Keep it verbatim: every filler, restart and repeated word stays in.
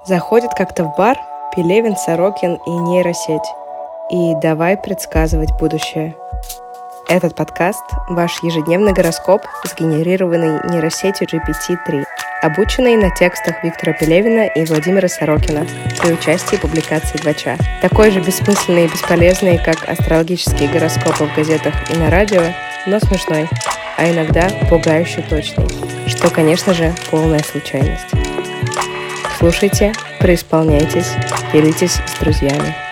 Заходит как-то в бар Пелевин, Сорокин и нейросеть. И давай предсказывать будущее. Этот подкаст – ваш ежедневный гороскоп, сгенерированный нейросетью джи пи ти три, обученный на текстах Виктора Пелевина и Владимира Сорокина при участии публикаций Двача. Такой же бессмысленный и бесполезный, как астрологические гороскопы в газетах и на радио, но смешной, а иногда пугающе точный, что, конечно же, полная случайность. Слушайте, преисполняйтесь, делитесь с друзьями.